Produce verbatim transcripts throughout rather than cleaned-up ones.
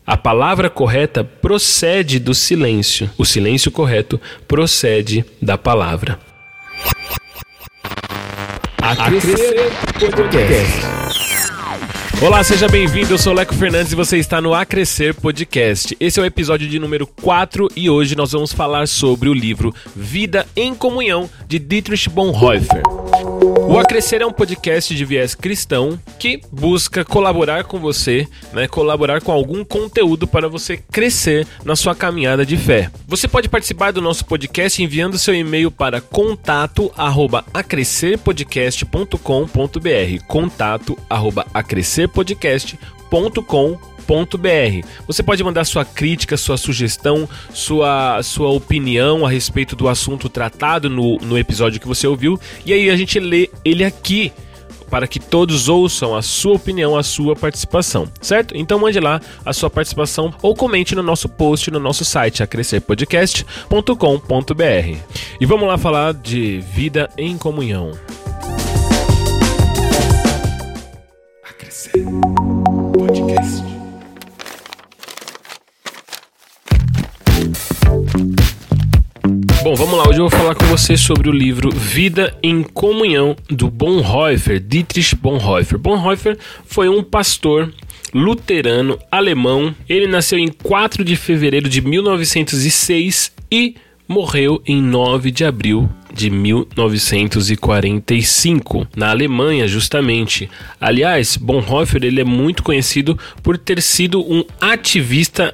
A palavra correta procede do silêncio. O silêncio correto procede da palavra. A Crescer Podcast. Olá, seja bem-vindo, eu sou o Leco Fernandes e você está no A Crescer Podcast. Esse é o episódio de número quatro e hoje nós vamos falar sobre o livro Vida em Comunhão, de Dietrich Bonhoeffer. O A Crescer é um podcast de viés cristão que busca colaborar com você, né, colaborar com algum conteúdo para você crescer na sua caminhada de fé. Você pode participar do nosso podcast enviando seu e-mail para contato arroba acrescerpodcast ponto com ponto br, contato arroba acrescerpodcast ponto com ponto br. Você pode mandar sua crítica, sua sugestão, sua, sua opinião a respeito do assunto tratado no, no episódio que você ouviu, e aí a gente lê ele aqui para que todos ouçam a sua opinião, a sua participação, certo? Então mande lá a sua participação ou comente no nosso post no nosso site acrescerpodcast ponto com ponto br. E vamos lá falar de vida em comunhão. A Crescer Podcast. Bom, vamos lá, hoje eu vou falar com você sobre o livro Vida em Comunhão, do Bonhoeffer, Dietrich Bonhoeffer. Bonhoeffer foi um pastor luterano alemão. Ele nasceu em quatro de fevereiro de mil novecentos e seis e morreu em nove de abril de mil novecentos e quarenta e cinco, na Alemanha, justamente. Aliás, Bonhoeffer ele é muito conhecido por ter sido um ativista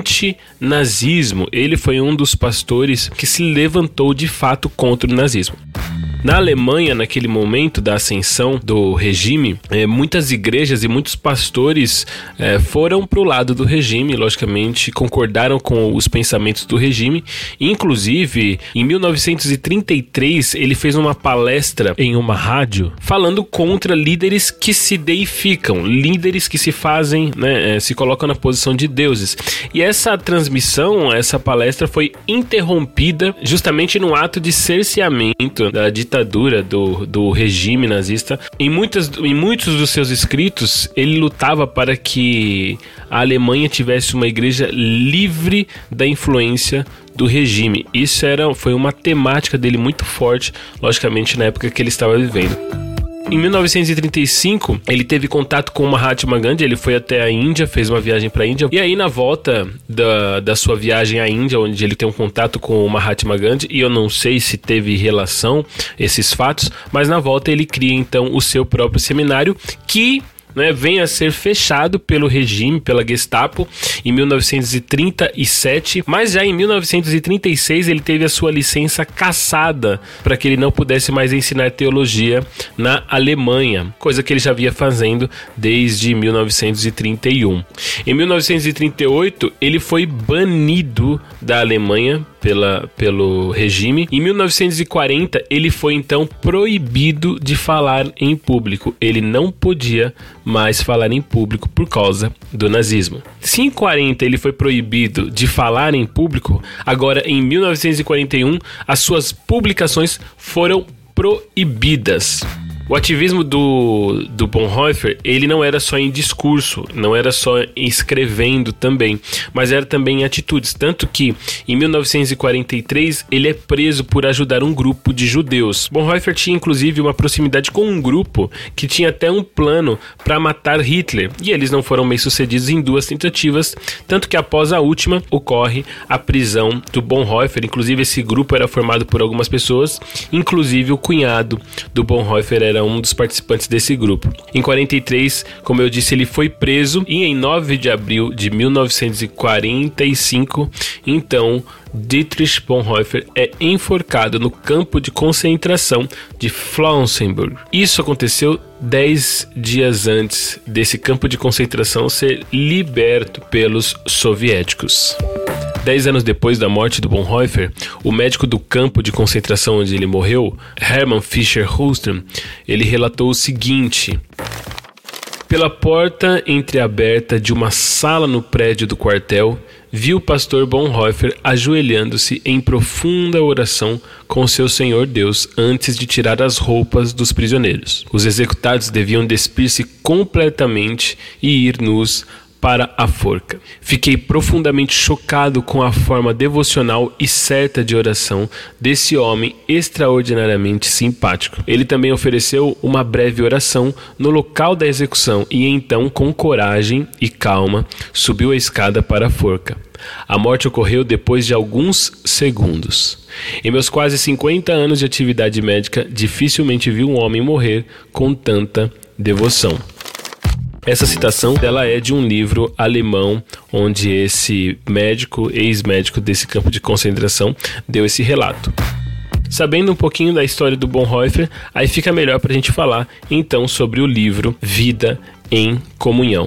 anti-nazismo. Ele foi um dos pastores que se levantou de fato contra o nazismo. Na Alemanha, naquele momento da ascensão do regime, é, muitas igrejas e muitos pastores é, foram para o lado do regime, logicamente concordaram com os pensamentos do regime. Inclusive, em mil novecentos e trinta e três, ele fez uma palestra em uma rádio falando contra líderes que se deificam, líderes que se fazem, né, é, se colocam na posição de deuses. E essa transmissão, essa palestra foi interrompida justamente no ato de cerceamento da ditadura do, do regime nazista. Em, muitas, em muitos dos seus escritos, ele lutava para que a Alemanha tivesse uma igreja livre da influência do regime. Isso era, foi uma temática dele muito forte, logicamente, na época que ele estava vivendo. Em mil novecentos e trinta e cinco, ele teve contato com Mahatma Gandhi, ele foi até a Índia, fez uma viagem para a Índia, e aí na volta da, da sua viagem à Índia, onde ele tem um contato com o Mahatma Gandhi, e eu não sei se teve relação esses fatos, mas na volta ele cria então o seu próprio seminário, que Né, vem a ser fechado pelo regime, pela Gestapo, em mil novecentos e trinta e sete, mas já em mil novecentos e trinta e seis ele teve a sua licença cassada para que ele não pudesse mais ensinar teologia na Alemanha, coisa que ele já vinha fazendo desde mil novecentos e trinta e um. Em mil novecentos e trinta e oito ele foi banido da Alemanha pela, pelo regime. Em mil novecentos e quarenta ele foi então proibido de falar em público, ele não podia mais falar em público por causa do nazismo. Se em quarenta ele foi proibido de falar em público, agora em mil novecentos e quarenta e um as suas publicações foram proibidas. O ativismo do, do Bonhoeffer, ele não era só em discurso, não era só escrevendo também, mas era também em atitudes, tanto que em mil novecentos e quarenta e três ele é preso por ajudar um grupo de judeus. Bonhoeffer tinha inclusive uma proximidade com um grupo que tinha até um plano para matar Hitler, e eles não foram bem sucedidos em duas tentativas, tanto que após a última ocorre a prisão do Bonhoeffer. Inclusive esse grupo era formado por algumas pessoas, inclusive o cunhado do Bonhoeffer era era um dos participantes desse grupo. Em quarenta e três, como eu disse, ele foi preso e em nove de abril de mil novecentos e quarenta e cinco, então, Dietrich Bonhoeffer é enforcado no campo de concentração de Flossenbürg. Isso aconteceu dez dias antes desse campo de concentração ser liberto pelos soviéticos. Dez anos depois da morte do Bonhoeffer, o médico do campo de concentração onde ele morreu, Hermann Fischer-Hüsten, ele relatou o seguinte: pela porta entreaberta de uma sala no prédio do quartel, viu o pastor Bonhoeffer ajoelhando-se em profunda oração com seu Senhor Deus antes de tirar as roupas dos prisioneiros. Os executados deviam despir-se completamente e ir nus para a forca. Fiquei profundamente chocado com a forma devocional e certa de oração desse homem extraordinariamente simpático. Ele também ofereceu uma breve oração no local da execução e então, com coragem e calma, subiu a escada para a forca. A morte ocorreu depois de alguns segundos. Em meus quase cinquenta anos de atividade médica, dificilmente vi um homem morrer com tanta devoção. Essa citação ela é de um livro alemão onde esse médico, ex-médico desse campo de concentração, deu esse relato. Sabendo um pouquinho da história do Bonhoeffer, aí fica melhor para a gente falar então sobre o livro Vida em Comunhão.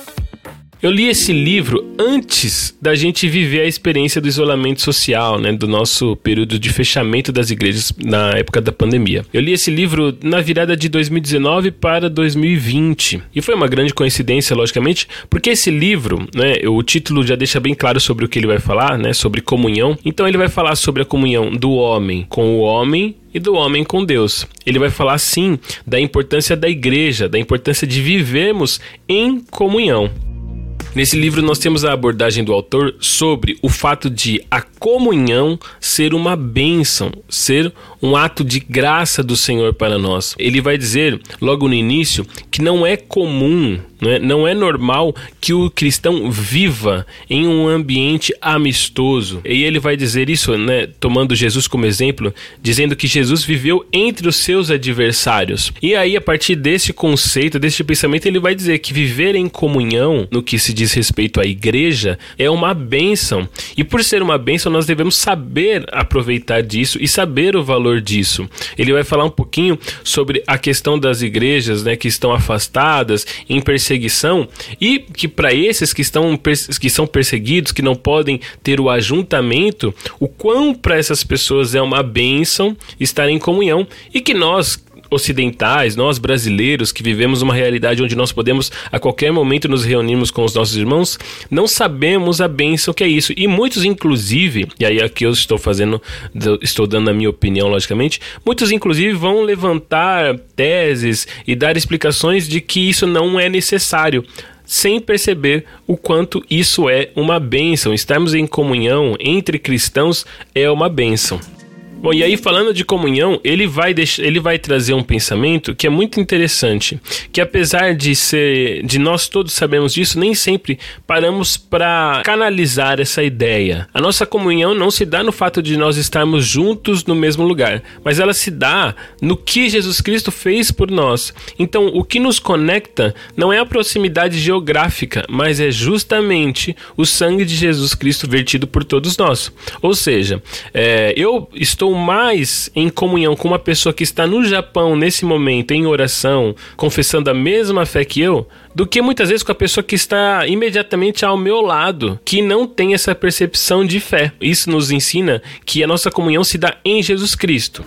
Eu li esse livro antes da gente viver a experiência do isolamento social, né, do nosso período de fechamento das igrejas na época da pandemia. Eu li esse livro na virada de dois mil e dezenove para dois mil e vinte. E foi uma grande coincidência, logicamente, porque esse livro, né, o título já deixa bem claro sobre o que ele vai falar, né, sobre comunhão. Então ele vai falar sobre a comunhão do homem com o homem e do homem com Deus. Ele vai falar, sim, da importância da igreja, da importância de vivermos em comunhão. Nesse livro nós temos a abordagem do autor sobre o fato de a comunhão ser uma bênção, ser um ato de graça do Senhor para nós. Ele vai dizer logo no início que não é comum, não é, não é normal que o cristão viva em um ambiente amistoso. E ele vai dizer isso, né, tomando Jesus como exemplo, dizendo que Jesus viveu entre os seus adversários. E aí, a partir desse conceito, desse pensamento, ele vai dizer que viver em comunhão, no que se diz respeito à igreja, é uma bênção. E por ser uma bênção, nós devemos saber aproveitar disso e saber o valor disso. Ele vai falar um pouquinho sobre a questão das igrejas, né, que estão afastadas, em perseguição, e que para esses que, estão, que são perseguidos, que não podem ter o ajuntamento, o quão para essas pessoas é uma bênção estar em comunhão, e que nós ocidentais, nós brasileiros que vivemos uma realidade onde nós podemos a qualquer momento nos reunirmos com os nossos irmãos, não sabemos a bênção que é isso. E muitos inclusive, e aí aqui eu estou fazendo, estou dando a minha opinião logicamente, muitos inclusive vão levantar teses e dar explicações de que isso não é necessário, sem perceber o quanto isso é uma bênção. Estarmos em comunhão entre cristãos é uma bênção. Bom, e aí falando de comunhão, ele vai, deixar, ele vai trazer um pensamento que é muito interessante, que apesar de ser, de nós todos sabemos disso, nem sempre paramos para canalizar essa ideia. A nossa comunhão não se dá no fato de nós estarmos juntos no mesmo lugar, mas ela se dá no que Jesus Cristo fez por nós. Então, o que nos conecta não é a proximidade geográfica, mas é justamente o sangue de Jesus Cristo vertido por todos nós. Ou seja, é, eu estou mais em comunhão com uma pessoa que está no Japão nesse momento em oração, confessando a mesma fé que eu, do que muitas vezes com a pessoa que está imediatamente ao meu lado, que não tem essa percepção de fé. Isso nos ensina que a nossa comunhão se dá em Jesus Cristo.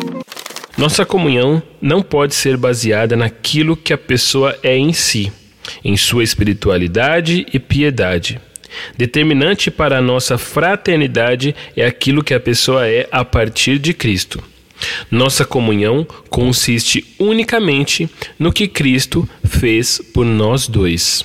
Nossa comunhão não pode ser baseada naquilo que a pessoa é em si, em sua espiritualidade e piedade. Determinante para a nossa fraternidade é aquilo que a pessoa é a partir de Cristo. Nossa comunhão consiste unicamente no que Cristo fez por nós dois.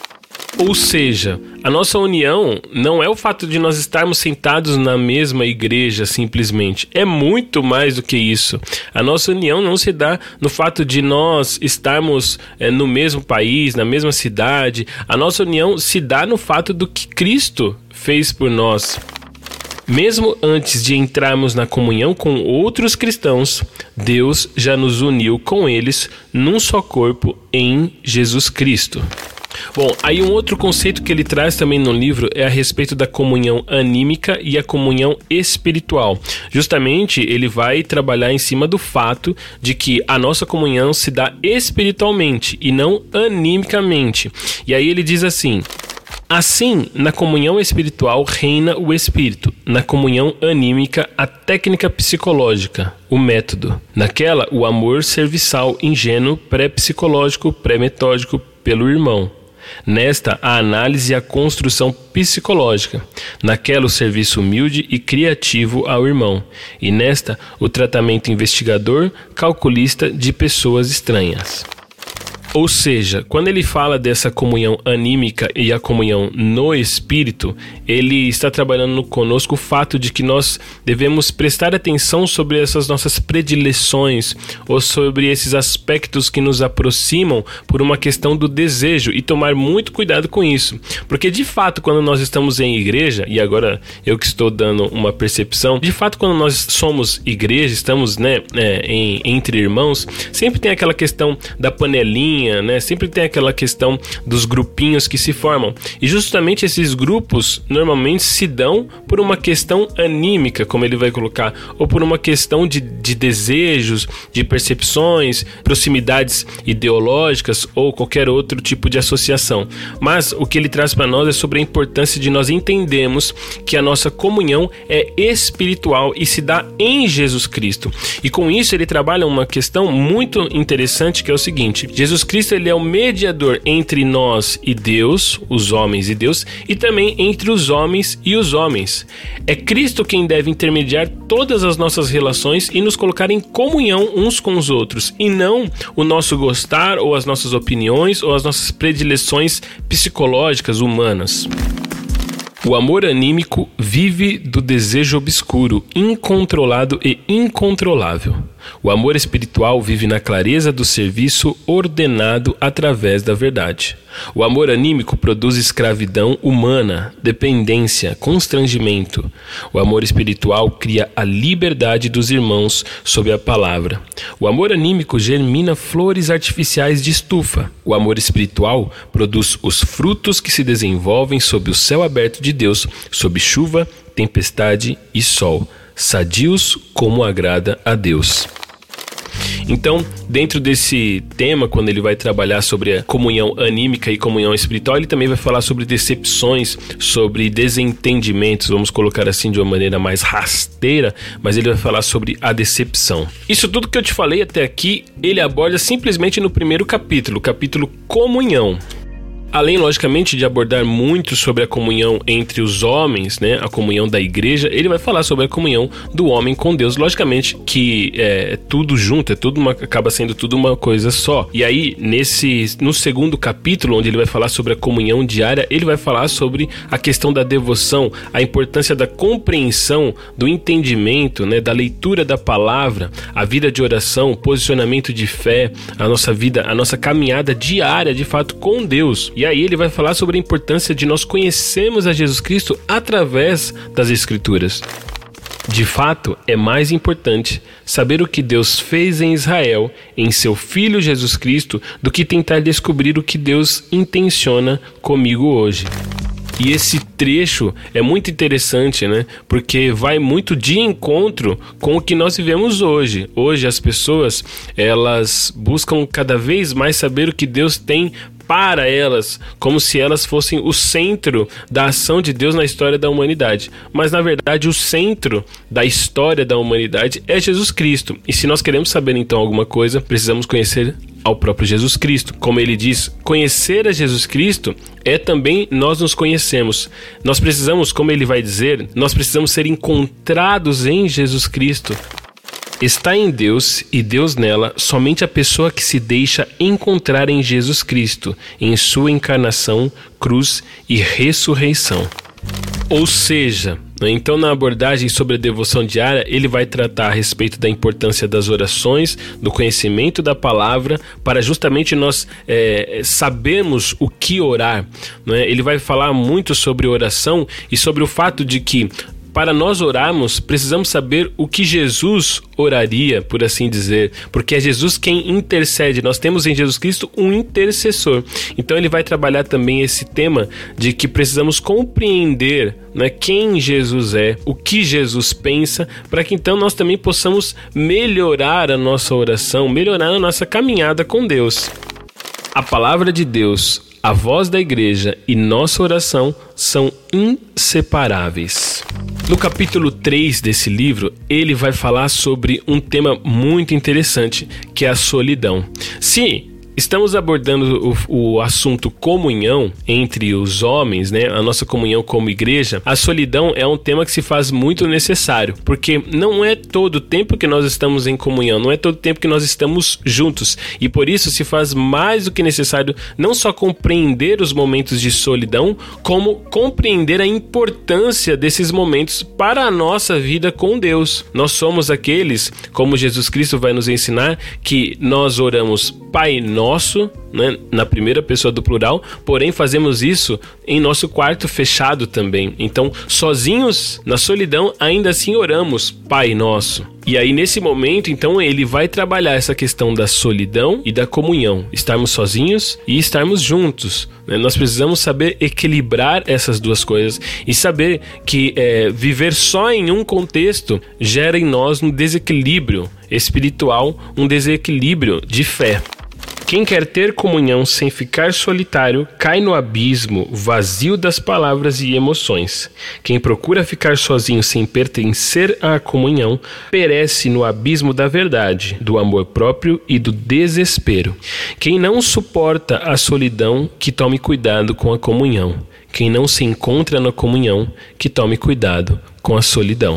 Ou seja, a nossa união não é o fato de nós estarmos sentados na mesma igreja simplesmente. É muito mais do que isso. A nossa união não se dá no fato de nós estarmos é, no mesmo país, na mesma cidade. A nossa união se dá no fato do que Cristo fez por nós. Mesmo antes de entrarmos na comunhão com outros cristãos, Deus já nos uniu com eles num só corpo em Jesus Cristo. Bom, aí um outro conceito que ele traz também no livro é a respeito da comunhão anímica e a comunhão espiritual. Justamente ele vai trabalhar em cima do fato de que a nossa comunhão se dá espiritualmente e não animicamente. E aí ele diz assim: assim, na comunhão espiritual reina o espírito, na comunhão anímica a técnica psicológica, o método, naquela o amor serviçal ingênuo, pré-psicológico, pré-metódico pelo irmão. Nesta, a análise e a construção psicológica. Naquela, o serviço humilde e criativo ao irmão. E nesta, o tratamento investigador, calculista de pessoas estranhas. Ou seja, quando ele fala dessa comunhão anímica e a comunhão no Espírito, ele está trabalhando conosco o fato de que nós devemos prestar atenção sobre essas nossas predileções ou sobre esses aspectos que nos aproximam por uma questão do desejo e tomar muito cuidado com isso. Porque de fato, quando nós estamos em igreja, e agora eu que estou dando uma percepção, de fato quando nós somos igreja, estamos né, é, em, entre irmãos, sempre tem aquela questão da panelinha, né? Sempre tem aquela questão dos grupinhos que se formam. E justamente esses grupos normalmente se dão por uma questão anímica, como ele vai colocar, ou por uma questão de, de desejos, de percepções, proximidades ideológicas ou qualquer outro tipo de associação. Mas o que ele traz para nós é sobre a importância de nós entendermos que a nossa comunhão é espiritual e se dá em Jesus Cristo. E com isso ele trabalha uma questão muito interessante, que é o seguinte: Jesus Cristo ele é o mediador entre nós e Deus, os homens e Deus, e também entre os homens e os homens. É Cristo quem deve intermediar todas as nossas relações e nos colocar em comunhão uns com os outros, e não o nosso gostar ou as nossas opiniões ou as nossas predileções psicológicas humanas. O amor anímico vive do desejo obscuro, incontrolado e incontrolável. O amor espiritual vive na clareza do serviço ordenado através da verdade. O amor anímico produz escravidão humana, dependência, constrangimento. O amor espiritual cria a liberdade dos irmãos sob a palavra. O amor anímico germina flores artificiais de estufa. O amor espiritual produz os frutos que se desenvolvem sob o céu aberto de Deus, sob chuva, tempestade e sol, sadios como agrada a Deus. Então, dentro desse tema, quando ele vai trabalhar sobre a comunhão anímica e comunhão espiritual, ele também vai falar sobre decepções, sobre desentendimentos, vamos colocar assim de uma maneira mais rasteira, mas ele vai falar sobre a decepção. Isso tudo que eu te falei até aqui, ele aborda simplesmente no primeiro capítulo, capítulo comunhão. Além, logicamente, de abordar muito sobre a comunhão entre os homens, né, a comunhão da igreja, ele vai falar sobre a comunhão do homem com Deus. Logicamente que é tudo junto, é tudo uma, acaba sendo tudo uma coisa só. E aí, nesse, no segundo capítulo, onde ele vai falar sobre a comunhão diária, ele vai falar sobre a questão da devoção, a importância da compreensão, do entendimento, né, da leitura da palavra, a vida de oração, posicionamento de fé, a nossa vida, a nossa caminhada diária, de fato, com Deus. E aí ele vai falar sobre a importância de nós conhecermos a Jesus Cristo através das Escrituras. De fato, é mais importante saber o que Deus fez em Israel, em seu Filho Jesus Cristo, do que tentar descobrir o que Deus intenciona comigo hoje. E esse trecho é muito interessante, né? Porque vai muito de encontro com o que nós vivemos hoje. Hoje as pessoas, elas buscam cada vez mais saber o que Deus tem para elas, como se elas fossem o centro da ação de Deus na história da humanidade. Mas na verdade o centro da história da humanidade é Jesus Cristo. E se nós queremos saber então alguma coisa, precisamos conhecer ao próprio Jesus Cristo. Como ele diz, conhecer a Jesus Cristo é também nós nos conhecemos. Nós precisamos, como ele vai dizer, nós precisamos ser encontrados em Jesus Cristo. Está em Deus e Deus nela somente a pessoa que se deixa encontrar em Jesus Cristo, em sua encarnação, cruz e ressurreição. Ou seja, então na abordagem sobre a devoção diária, ele vai tratar a respeito da importância das orações, do conhecimento da palavra, para justamente nós é, sabermos o que orar, né? Ele vai falar muito sobre oração e sobre o fato de que para nós orarmos, precisamos saber o que Jesus oraria, por assim dizer, porque é Jesus quem intercede. Nós temos em Jesus Cristo um intercessor. Então ele vai trabalhar também esse tema de que precisamos compreender, né, quem Jesus é, o que Jesus pensa, para que então nós também possamos melhorar a nossa oração, melhorar a nossa caminhada com Deus. A palavra de Deus, a voz da igreja e nossa oração são inseparáveis. No capítulo três desse livro, ele vai falar sobre um tema muito interessante, que é a solidão. Se estamos abordando o, o assunto comunhão entre os homens, né? A nossa comunhão como igreja. A solidão é um tema que se faz muito necessário, porque não é todo o tempo que nós estamos em comunhão, não é todo o tempo que nós estamos juntos, e por isso se faz mais do que necessário não só compreender os momentos de solidão, como compreender a importância desses momentos para a nossa vida com Deus. Nós somos aqueles, como Jesus Cristo vai nos ensinar, que nós oramos Pai Nosso, né, na primeira pessoa do plural, porém fazemos isso em nosso quarto fechado também. Então, sozinhos, na solidão, ainda assim oramos Pai Nosso. E aí, nesse momento, então, ele vai trabalhar essa questão da solidão e da comunhão. Estarmos sozinhos e estarmos juntos, né? Nós precisamos saber equilibrar essas duas coisas e saber que é, viver só em um contexto gera em nós um desequilíbrio espiritual, um desequilíbrio de fé. Quem quer ter comunhão sem ficar solitário, cai no abismo vazio das palavras e emoções. Quem procura ficar sozinho sem pertencer à comunhão, perece no abismo da verdade, do amor próprio e do desespero. Quem não suporta a solidão, que tome cuidado com a comunhão. Quem não se encontra na comunhão, que tome cuidado com a solidão.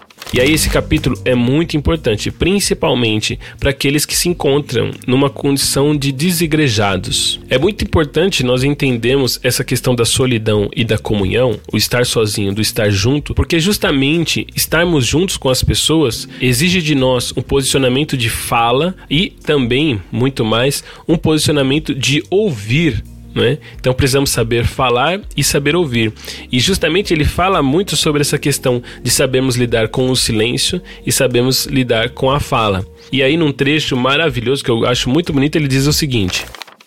E aí esse capítulo é muito importante, principalmente para aqueles que se encontram numa condição de desigrejados. É muito importante nós entendermos essa questão da solidão e da comunhão, o estar sozinho, do estar junto, porque justamente estarmos juntos com as pessoas exige de nós um posicionamento de fala e também, muito mais, um posicionamento de ouvir. Né? Então precisamos saber falar e saber ouvir, e justamente ele fala muito sobre essa questão de sabermos lidar com o silêncio e sabemos lidar com a fala. E aí num trecho maravilhoso que eu acho muito bonito, ele diz o seguinte: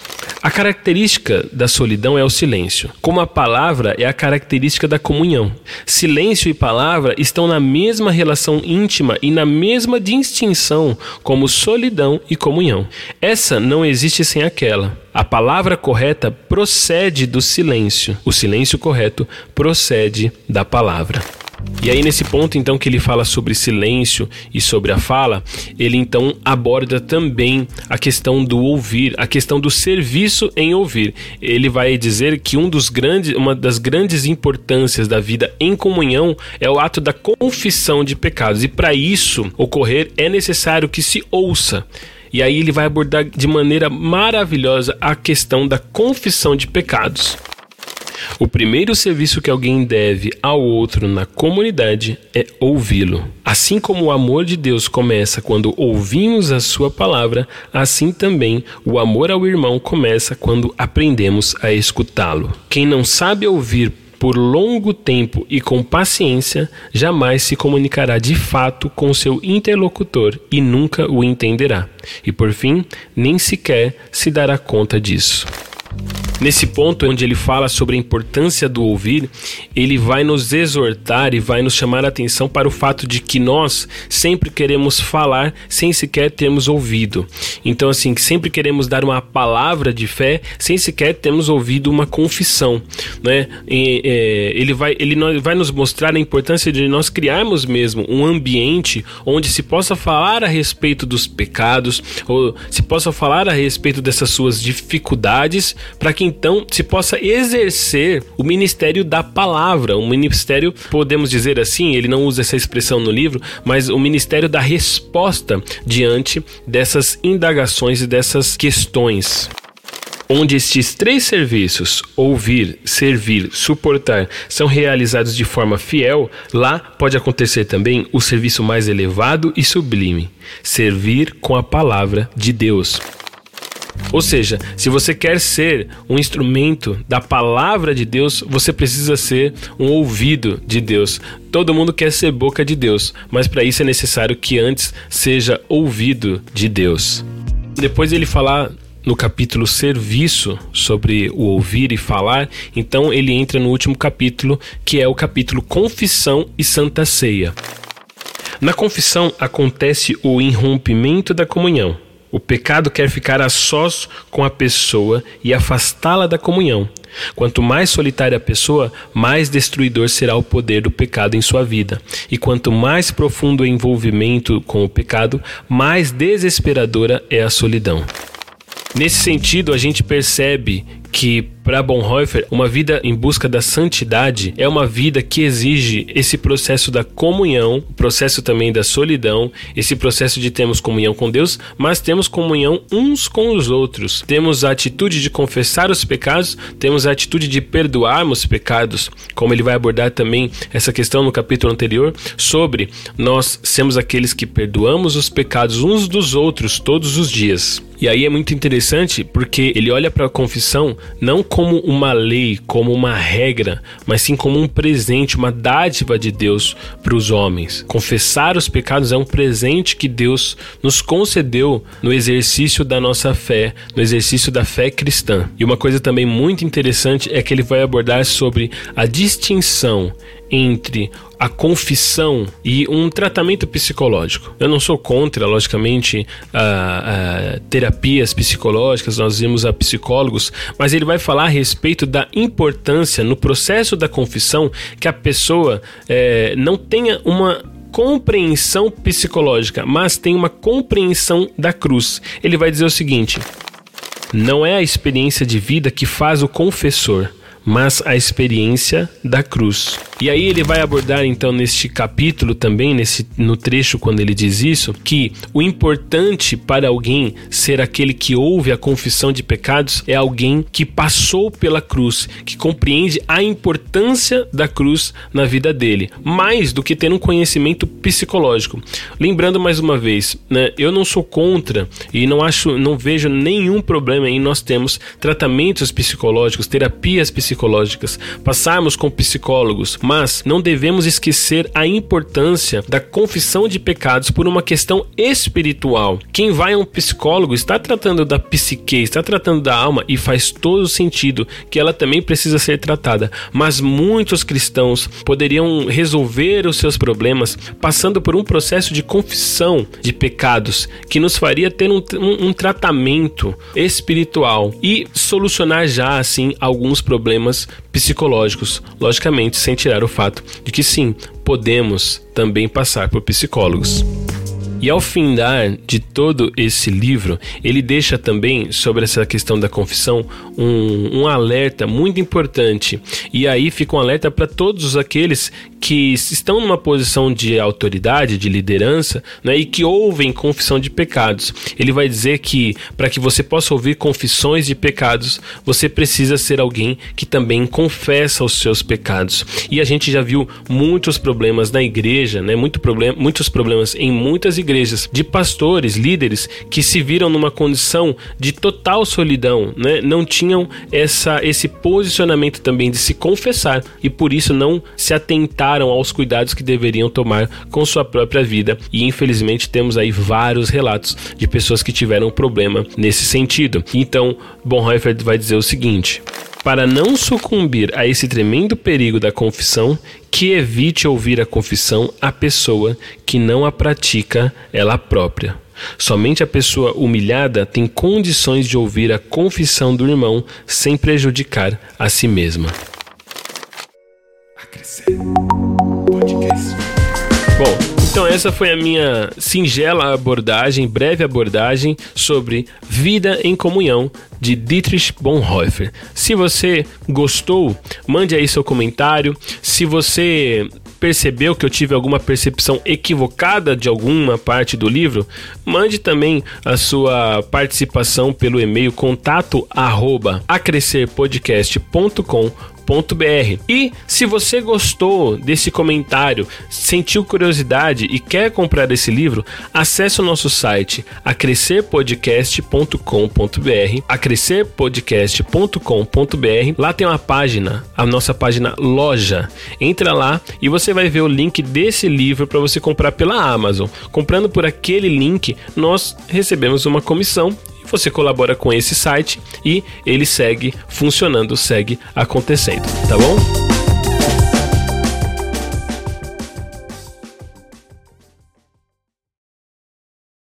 a característica da solidão é o silêncio, como a palavra é a característica da comunhão. Silêncio e palavra estão na mesma relação íntima e na mesma distinção como solidão e comunhão. Essa não existe sem aquela. A palavra correta procede do silêncio. O silêncio correto procede da palavra. E aí nesse ponto então que ele fala sobre silêncio e sobre a fala, ele então aborda também a questão do ouvir, a questão do serviço em ouvir. Ele vai dizer que um dos grandes, uma das grandes importâncias da vida em comunhão é o ato da confissão de pecados, e para isso ocorrer é necessário que se ouça. E aí ele vai abordar de maneira maravilhosa a questão da confissão de pecados. O primeiro serviço que alguém deve ao outro na comunidade é ouvi-lo. Assim como o amor de Deus começa quando ouvimos a sua palavra, assim também o amor ao irmão começa quando aprendemos a escutá-lo. Quem não sabe ouvir por longo tempo e com paciência, jamais se comunicará de fato com seu interlocutor e nunca o entenderá. E por fim, nem sequer se dará conta disso. Nesse ponto onde ele fala sobre a importância do ouvir, ele vai nos exortar e vai nos chamar a atenção para o fato de que nós sempre queremos falar sem sequer termos ouvido. Então assim, sempre queremos dar uma palavra de fé sem sequer termos ouvido uma confissão, né? E, é, ele, vai, ele vai nos mostrar a importância de nós criarmos mesmo um ambiente onde se possa falar a respeito dos pecados, ou se possa falar a respeito dessas suas dificuldades, para que então se possa exercer o ministério da palavra, um ministério, podemos dizer assim, ele não usa essa expressão no livro, mas o ministério da resposta diante dessas indagações e dessas questões. Onde estes três serviços, ouvir, servir, suportar, são realizados de forma fiel, lá pode acontecer também o serviço mais elevado e sublime, servir com a palavra de Deus. Ou seja, se você quer ser um instrumento da palavra de Deus, você precisa ser um ouvido de Deus. Todo mundo quer ser boca de Deus, mas para isso é necessário que antes seja ouvido de Deus. Depois ele falar no capítulo serviço sobre o ouvir e falar, então ele entra no último capítulo, que é o capítulo confissão e santa ceia. Na confissão acontece o irrompimento da comunhão. O pecado quer ficar a sós com a pessoa e afastá-la da comunhão. Quanto mais solitária a pessoa, mais destruidor será o poder do pecado em sua vida. E quanto mais profundo o envolvimento com o pecado, mais desesperadora é a solidão. Nesse sentido, a gente percebe que para Bonhoeffer, uma vida em busca da santidade é uma vida que exige esse processo da comunhão, o processo também da solidão, esse processo de termos comunhão com Deus, mas temos comunhão uns com os outros. Temos a atitude de confessar os pecados, temos a atitude de perdoarmos pecados, como ele vai abordar também essa questão no capítulo anterior, sobre nós sermos aqueles que perdoamos os pecados uns dos outros todos os dias. E aí é muito interessante porque ele olha para a confissão não como uma lei, como uma regra, mas sim como um presente, uma dádiva de Deus para os homens. Confessar os pecados é um presente que Deus nos concedeu no exercício da nossa fé, no exercício da fé cristã. E uma coisa também muito interessante é que ele vai abordar sobre a distinção entre a confissão e um tratamento psicológico. Eu não sou contra, logicamente, a, a terapias psicológicas, nós vimos a psicólogos, mas ele vai falar a respeito da importância no processo da confissão que a pessoa é, não tenha uma compreensão psicológica, mas tem uma compreensão da cruz. Ele vai dizer o seguinte: não é a experiência de vida que faz o confessor, mas a experiência da cruz. E aí ele vai abordar então neste capítulo também, nesse, no trecho quando ele diz isso, que o importante para alguém ser aquele que ouve a confissão de pecados é alguém que passou pela cruz, que compreende a importância da cruz na vida dele, mais do que ter um conhecimento psicológico. Lembrando mais uma vez, né, eu não sou contra e não acho, não vejo nenhum problema em nós termos tratamentos psicológicos, terapias psicológicas, passarmos com psicólogos, mas não devemos esquecer a importância da confissão de pecados por uma questão espiritual. Quem vai a um psicólogo está tratando da psique, está tratando da alma, e faz todo sentido que ela também precisa ser tratada, mas muitos cristãos poderiam resolver os seus problemas passando por um processo de confissão de pecados que nos faria ter um, um, um tratamento espiritual e solucionar já assim alguns problemas psicológicos, logicamente sem tirar o fato de que sim, podemos também passar por psicólogos. E ao findar de todo esse livro, ele deixa também sobre essa questão da confissão um, um alerta muito importante. E aí fica um alerta para todos aqueles que estão numa posição de autoridade, de liderança, né, e que ouvem confissão de pecados. Ele vai dizer que para que você possa ouvir confissões de pecados, você precisa ser alguém que também confessa os seus pecados. E a gente já viu muitos problemas na igreja, né, muito problem- muitos problemas em muitas igrejas, igrejas, de pastores, líderes que se viram numa condição de total solidão, né? Não tinham essa, esse posicionamento também de se confessar e por isso não se atentaram aos cuidados que deveriam tomar com sua própria vida, e infelizmente temos aí vários relatos de pessoas que tiveram problema nesse sentido. Então Bonhoeffer vai dizer o seguinte: para não sucumbir a esse tremendo perigo da confissão, que evite ouvir a confissão a pessoa que não a pratica ela própria. Somente a pessoa humilhada tem condições de ouvir a confissão do irmão sem prejudicar a si mesma. A crescer. Podcast. Bom, então essa foi a minha singela abordagem, breve abordagem sobre Vida em Comunhão, de Dietrich Bonhoeffer. Se você gostou, mande aí seu comentário. Se você percebeu que eu tive alguma percepção equivocada de alguma parte do livro, mande também a sua participação pelo e-mail contato arroba acrescerpodcast ponto com ponto br. E se você gostou desse comentário, sentiu curiosidade e quer comprar esse livro, acesse o nosso site acrescerpodcast ponto com ponto br, acrescerpodcast ponto com ponto br. Lá tem uma página, a nossa página loja. Entra lá e você vai ver o link desse livro para você comprar pela Amazon. Comprando por aquele link, nós recebemos uma comissão. Você colabora com esse site e ele segue funcionando, segue acontecendo, tá bom?